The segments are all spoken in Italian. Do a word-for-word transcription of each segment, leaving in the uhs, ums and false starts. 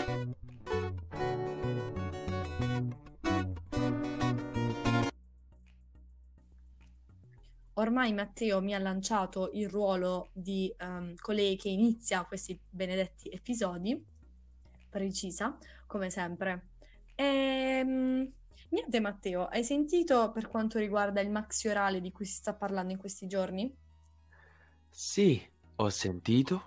Ormai Matteo mi ha lanciato il ruolo di ehm, colei che inizia questi benedetti episodi, precisa, come sempre. Ehm, niente Matteo, hai sentito per quanto riguarda il maxi orale di cui si sta parlando in questi giorni? Sì, ho sentito.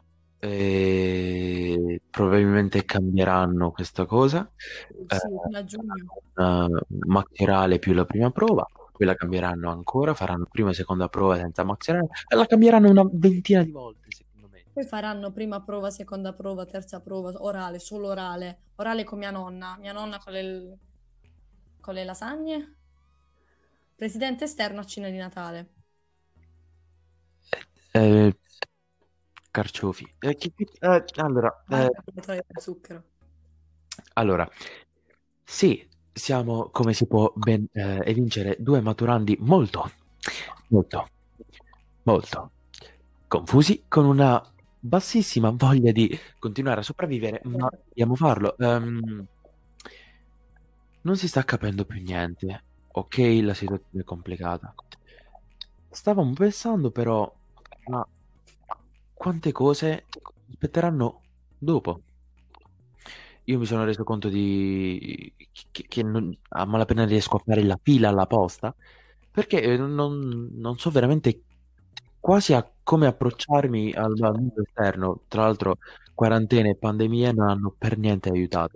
E probabilmente cambieranno questa cosa. Eh, Sì, fino a giugno. una Maccherale più la prima prova, poi la cambieranno ancora, faranno prima e seconda prova senza Maccherale e la cambieranno una ventina di volte, secondo me. Poi faranno prima prova, seconda prova, terza prova, orale, solo orale. Orale con mia nonna. Mia nonna con le, con le lasagne. Presidente esterno a cena di Natale. Eh, Carciofi. Eh, chi- chi- eh, allora, eh, Banca del zucchero. allora, sì, siamo, come si può ben eh, evincere, due maturandi molto, molto, molto confusi, con una bassissima voglia di continuare a sopravvivere, ma dobbiamo farlo. Ehm, non si sta capendo più niente. Ok, la situazione è complicata. Stavamo pensando però, ma quante cose aspetteranno dopo? Io mi sono reso conto di che, che non- a malapena riesco a fare la fila alla posta perché eh, non, non so veramente quasi a come approcciarmi al, al mondo esterno. Tra l'altro, quarantena e pandemia non hanno per niente aiutato.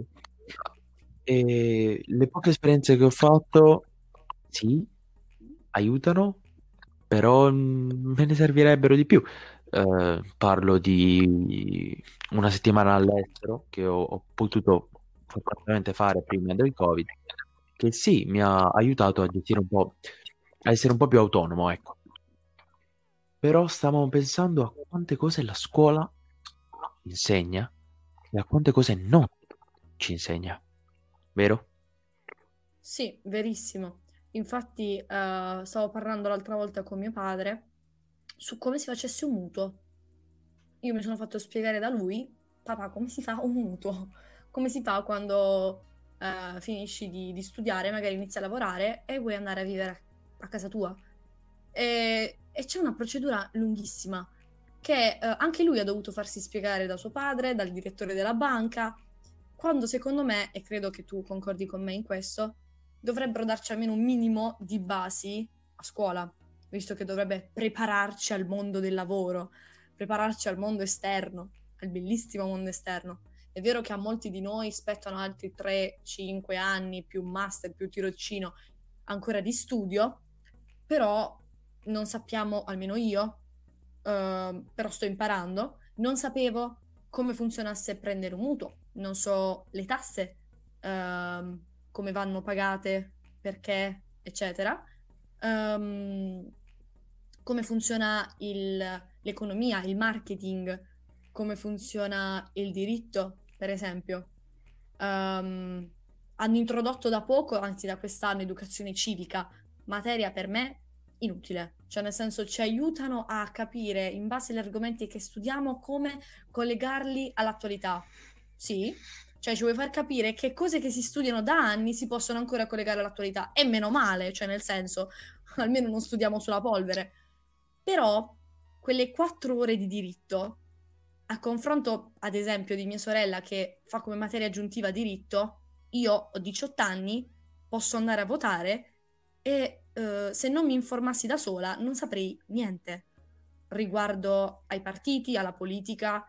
E le poche esperienze che ho fatto, sì, aiutano, però mm, me ne servirebbero di più. Eh, parlo di una settimana all'estero che ho, ho potuto fortunatamente fare prima del Covid, che sì, mi ha aiutato a gestire un po', a essere un po' più autonomo, ecco. Però stavamo pensando a quante cose la scuola insegna e a quante cose non ci insegna, vero? Sì, verissimo. Infatti, eh, stavo parlando l'altra volta con mio padre su come si facesse un mutuo. Io mi sono fatto spiegare da lui, papà, come si fa un mutuo? Come si fa quando eh, finisci di, di studiare, magari inizi a lavorare e vuoi andare a vivere a casa tua? E, e c'è una procedura lunghissima che eh, anche lui ha dovuto farsi spiegare da suo padre, dal direttore della banca, quando secondo me, e credo che tu concordi con me in questo, dovrebbero darci almeno un minimo di basi a scuola, visto che dovrebbe prepararci al mondo del lavoro, prepararci al mondo esterno, al bellissimo mondo esterno. È vero che a molti di noi spettano altri tre cinque anni, più master, più tirocinio ancora di studio, però non sappiamo, almeno io, eh, però sto imparando, non sapevo come funzionasse prendere un mutuo, non so le tasse, ehm, come vanno pagate, perché, eccetera. Ehm, come funziona il- l'economia, il marketing, come funziona il diritto, per esempio. Ehm, hanno introdotto da poco, anzi da quest'anno, educazione civica, materia per me inutile, cioè nel senso ci aiutano a capire in base agli argomenti che studiamo come collegarli all'attualità. Sì, cioè ci vuoi far capire che cose che si studiano da anni si possono ancora collegare all'attualità e meno male, cioè nel senso almeno non studiamo sulla polvere. Però quelle quattro ore di diritto, a confronto ad esempio di mia sorella che fa come materia aggiuntiva diritto, io ho diciotto anni, posso andare a votare e eh, se non mi informassi da sola non saprei niente riguardo ai partiti, alla politica.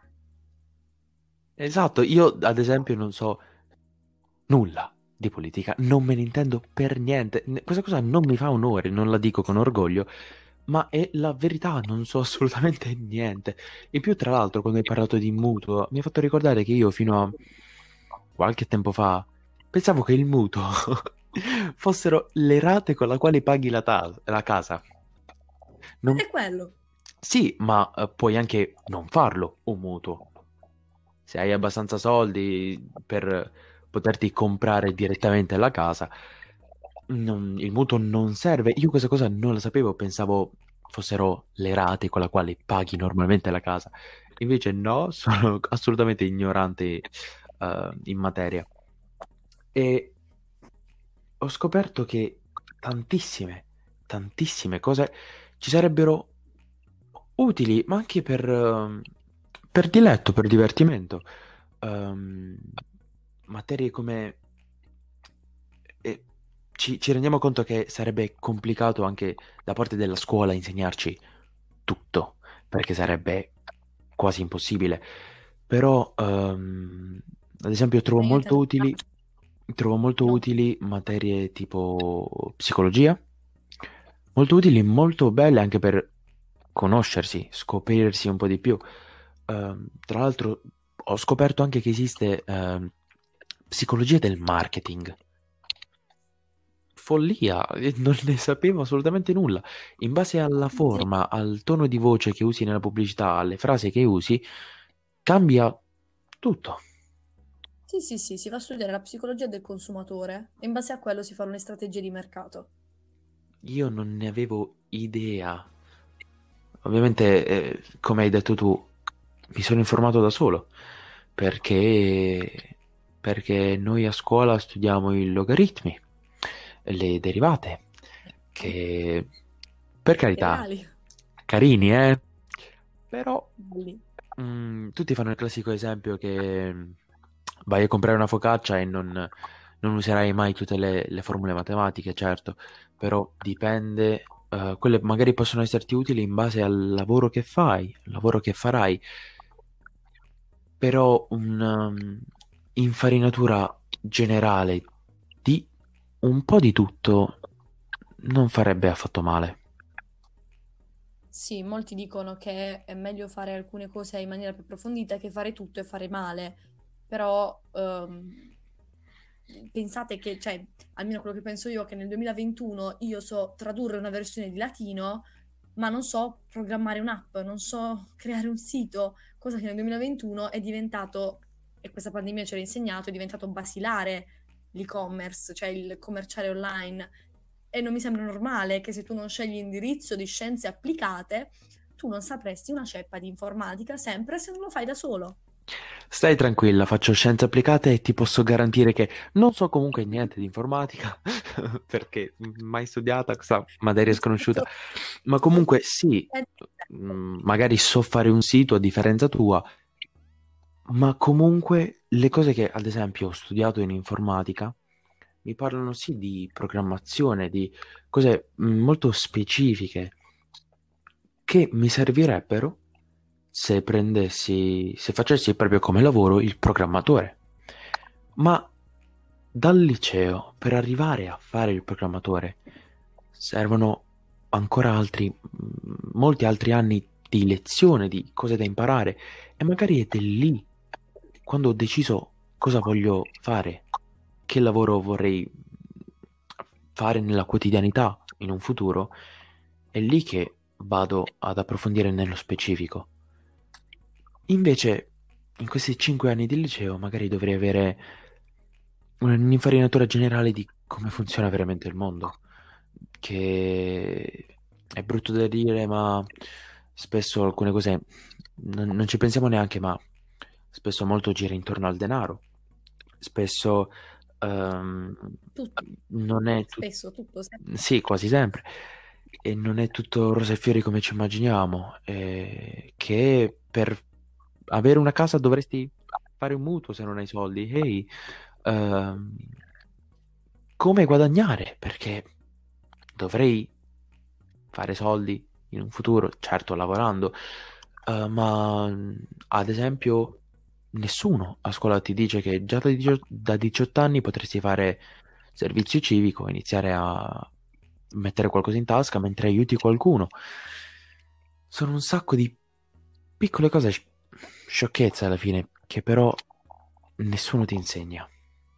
Esatto, io ad esempio non so nulla di politica, non me ne intendo per niente. Ne- Questa cosa non mi fa onore, non la dico con orgoglio, ma è la verità, non so assolutamente niente. In più, tra l'altro, quando hai parlato di mutuo, mi ha fatto ricordare che io fino a qualche tempo fa pensavo che il mutuo fossero le rate con le quali paghi la, ta- la casa. Non- È quello. Sì, ma eh, puoi anche non farlo un mutuo. Se hai abbastanza soldi per poterti comprare direttamente la casa, non- il mutuo non serve. Io questa cosa non la sapevo, pensavo fossero le rate con le quali paghi normalmente la casa. Invece no, sono assolutamente ignorante eh, in materia. E ho scoperto che tantissime, tantissime cose ci sarebbero utili, ma anche per, ehm, per diletto, per divertimento. Ehm, materie come... e ci, ci rendiamo conto che sarebbe complicato anche da parte della scuola insegnarci tutto, perché sarebbe quasi impossibile. Però, ehm, ad esempio, trovo Ma io te molto utili, trovo molto no. utili materie tipo psicologia, molto utili, molto belle anche per conoscersi, scoprirsi un po' di più. Ehm, tra l'altro, ho scoperto anche che esiste ehm, psicologia del marketing. Follia, eh, non ne sapevo assolutamente nulla. In base alla Sì, forma, al tono di voce che usi nella pubblicità, alle frasi che usi, cambia tutto. sì, sì, sì, si va a studiare la psicologia del consumatore e in base a quello si fanno le strategie di mercato. Io non ne avevo idea. Ovviamente, eh, come hai detto tu, mi sono informato da solo, perché, perché noi a scuola studiamo i logaritmi, le derivate, che per carità, Integrali. carini, eh? Però Belli. mm, tutti fanno il classico esempio che mm, vai a comprare una focaccia e non, non userai mai tutte le, le formule matematiche, certo, però dipende, eh, quelle magari possono esserti utili in base al lavoro che fai, al lavoro che farai, però un'infarinatura generale di un po' di tutto non farebbe affatto male. Sì, molti dicono che è meglio fare alcune cose in maniera più approfondita che fare tutto e fare male, però ehm, pensate che, cioè, almeno quello che penso io, che nel duemilaventuno io so tradurre una versione di latino, ma non so programmare un'app, non so creare un sito, cosa che nel duemilaventuno è diventato, e questa pandemia ce l'ha insegnato, è diventato basilare l'e-commerce, cioè il commerciare online. E non mi sembra normale che se tu non scegli indirizzo di scienze applicate, tu non sapresti una ceppa di informatica sempre se non lo fai da solo. Stai tranquilla, faccio scienze applicate e ti posso garantire che non so comunque niente di informatica, perché mai studiata questa materia sconosciuta, ma comunque sì, mm, magari so fare un sito a differenza tua, ma comunque le cose che ad esempio ho studiato in informatica mi parlano sì di programmazione, di cose mm, molto specifiche che mi servirebbero se prendessi, se facessi proprio come lavoro il programmatore. Ma dal liceo per arrivare a fare il programmatore servono ancora altri, mm, molti altri anni di lezione, di cose da imparare e magari è da lì, quando ho deciso cosa voglio fare, che lavoro vorrei fare nella quotidianità in un futuro, è lì che vado ad approfondire nello specifico. Invece, in questi cinque anni di liceo, magari dovrei avere un'infarinatura generale di come funziona veramente il mondo, che è brutto da dire, ma spesso alcune cose non, non ci pensiamo neanche, ma spesso molto gira intorno al denaro. Spesso ehm, Tutto, non è tutto, spesso, tutto, sempre. sì, quasi sempre, e non è tutto rose e fiori come ci immaginiamo, e che per avere una casa dovresti fare un mutuo se non hai soldi. Ehi, ehm, come guadagnare? Perché dovrei fare soldi in un futuro, certo lavorando, eh, ma mh, ad esempio nessuno a scuola ti dice che già da dicio- da diciotto anni potresti fare servizio civico, iniziare a mettere qualcosa in tasca mentre aiuti qualcuno. Sono un sacco di piccole cose, sci- sciocchezze alla fine, che però nessuno ti insegna.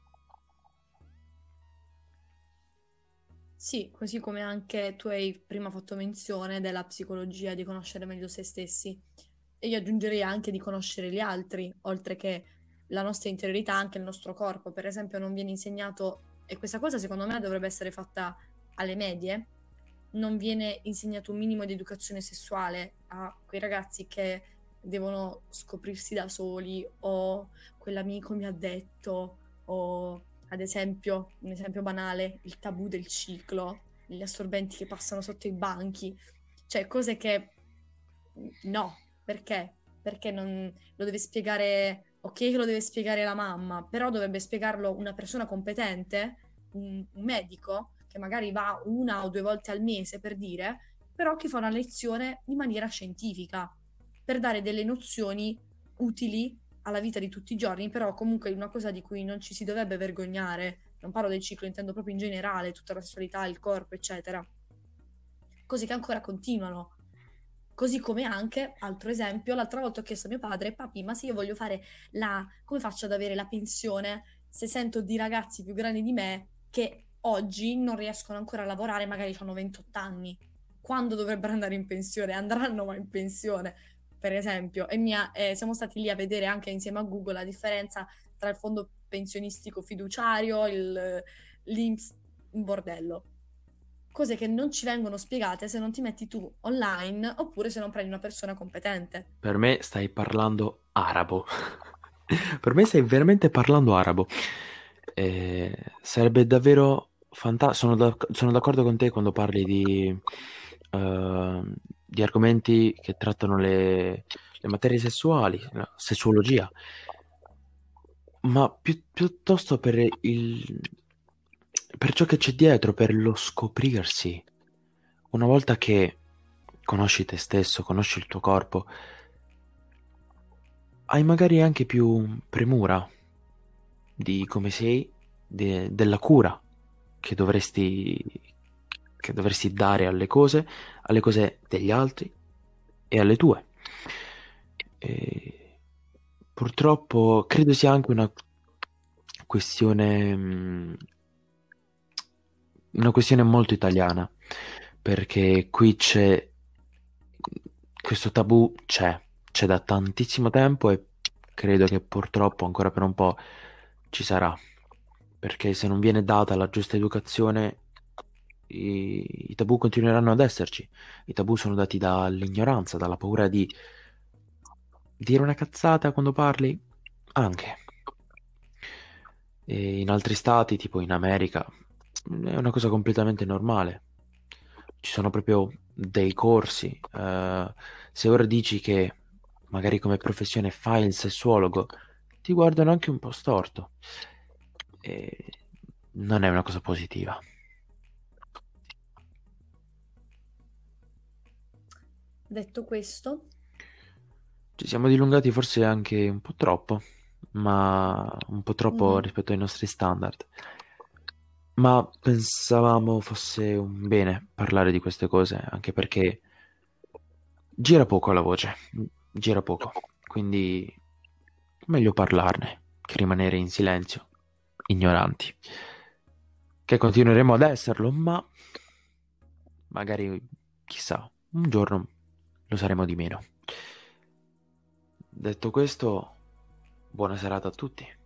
Sì, così come anche tu hai prima fatto menzione della psicologia, di conoscere meglio se stessi. E io aggiungerei anche di conoscere gli altri, oltre che la nostra interiorità, anche il nostro corpo. Per esempio, non viene insegnato, e questa cosa secondo me dovrebbe essere fatta alle medie, non viene insegnato un minimo di educazione sessuale a quei ragazzi che devono scoprirsi da soli, o quell'amico mi ha detto, o ad esempio, un esempio banale, il tabù del ciclo, gli assorbenti che passano sotto i banchi, cioè cose che no, perché? Perché non lo deve spiegare, ok che lo deve spiegare la mamma, però dovrebbe spiegarlo una persona competente, un, un medico, che magari va una o due volte al mese per dire, però che fa una lezione in maniera scientifica, per dare delle nozioni utili alla vita di tutti i giorni, però comunque è una cosa di cui non ci si dovrebbe vergognare. Non parlo del ciclo, intendo proprio in generale, tutta la sessualità, il corpo, eccetera. Cose che ancora continuano. Così come anche, altro esempio, l'altra volta ho chiesto a mio padre, papi, ma se io voglio fare la, come faccio ad avere la pensione se sento di ragazzi più grandi di me che oggi non riescono ancora a lavorare, magari hanno ventotto anni. Quando dovrebbero andare in pensione? Andranno mai in pensione, per esempio. E mia, eh, siamo stati lì a vedere anche insieme a Google la differenza tra il fondo pensionistico fiduciario, il, l'I N P S, un bordello. Cose che non ci vengono spiegate se non ti metti tu online oppure se non prendi una persona competente. Per me stai parlando arabo. Per me stai veramente parlando arabo. Eh, sarebbe davvero fantastico. Sono, d'ac- sono d'accordo con te quando parli di, eh, di argomenti che trattano le, le materie sessuali, la sessuologia, ma più- piuttosto per il, per ciò che c'è dietro, per lo scoprirsi. Una volta che conosci te stesso, conosci il tuo corpo, hai magari anche più premura di come sei, de- della cura che dovresti, che dovresti dare alle cose, alle cose degli altri e alle tue. E purtroppo credo sia anche una questione, mh, una questione molto italiana, perché qui c'è questo tabù, c'è, c'è da tantissimo tempo e credo che purtroppo ancora per un po' ci sarà, perché se non viene data la giusta educazione, i, i tabù continueranno ad esserci. I tabù sono dati dall'ignoranza, dalla paura di dire una cazzata quando parli, anche. E in altri stati, tipo in America, è una cosa completamente normale. Ci sono proprio dei corsi. Eh, se ora dici che magari come professione fai il sessuologo, ti guardano anche un po' storto. E non è una cosa positiva. Detto questo, Ci siamo dilungati forse anche un po' troppo, ma un po' troppo mhm, rispetto ai nostri standard. Ma pensavamo fosse un bene parlare di queste cose, anche perché gira poco la voce, gira poco, quindi meglio parlarne che rimanere in silenzio, ignoranti. Che continueremo ad esserlo, ma magari, chissà, un giorno lo saremo di meno. Detto questo, buona serata a tutti.